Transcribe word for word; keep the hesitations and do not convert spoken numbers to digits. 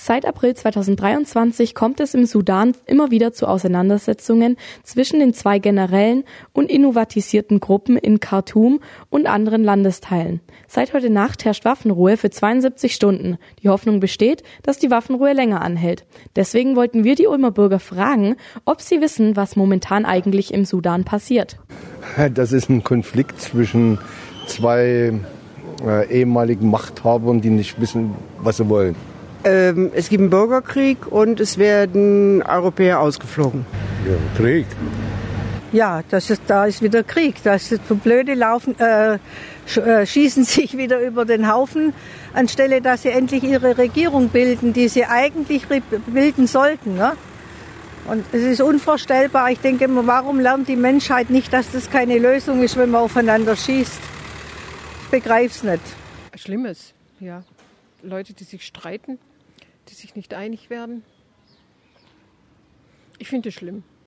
Seit April zweitausenddreiundzwanzig kommt es im Sudan immer wieder zu Auseinandersetzungen zwischen den zwei generellen und innovatisierten Gruppen in Khartoum und anderen Landesteilen. Seit heute Nacht herrscht Waffenruhe für zweiundsiebzig Stunden. Die Hoffnung besteht, dass die Waffenruhe länger anhält. Deswegen wollten wir die Ulmer Bürger fragen, ob sie wissen, was momentan eigentlich im Sudan passiert. Das ist ein Konflikt zwischen zwei äh, ehemaligen Machthabern, die nicht wissen, was sie wollen. Ähm, es gibt einen Bürgerkrieg und es werden Europäer ausgeflogen. Ja, Krieg. Ja, das ist, da ist wieder Krieg. Das ist so blöde laufen, äh, sch, äh, schießen sich wieder über den Haufen, anstelle dass sie endlich ihre Regierung bilden, die sie eigentlich bilden sollten. Ne? Und es ist unvorstellbar. Ich denke, warum lernt die Menschheit nicht, dass das keine Lösung ist, wenn man aufeinander schießt? Ich begreife es nicht. Schlimmes, ja. Leute, die sich streiten, die sich nicht einig werden. Ich finde es schlimm.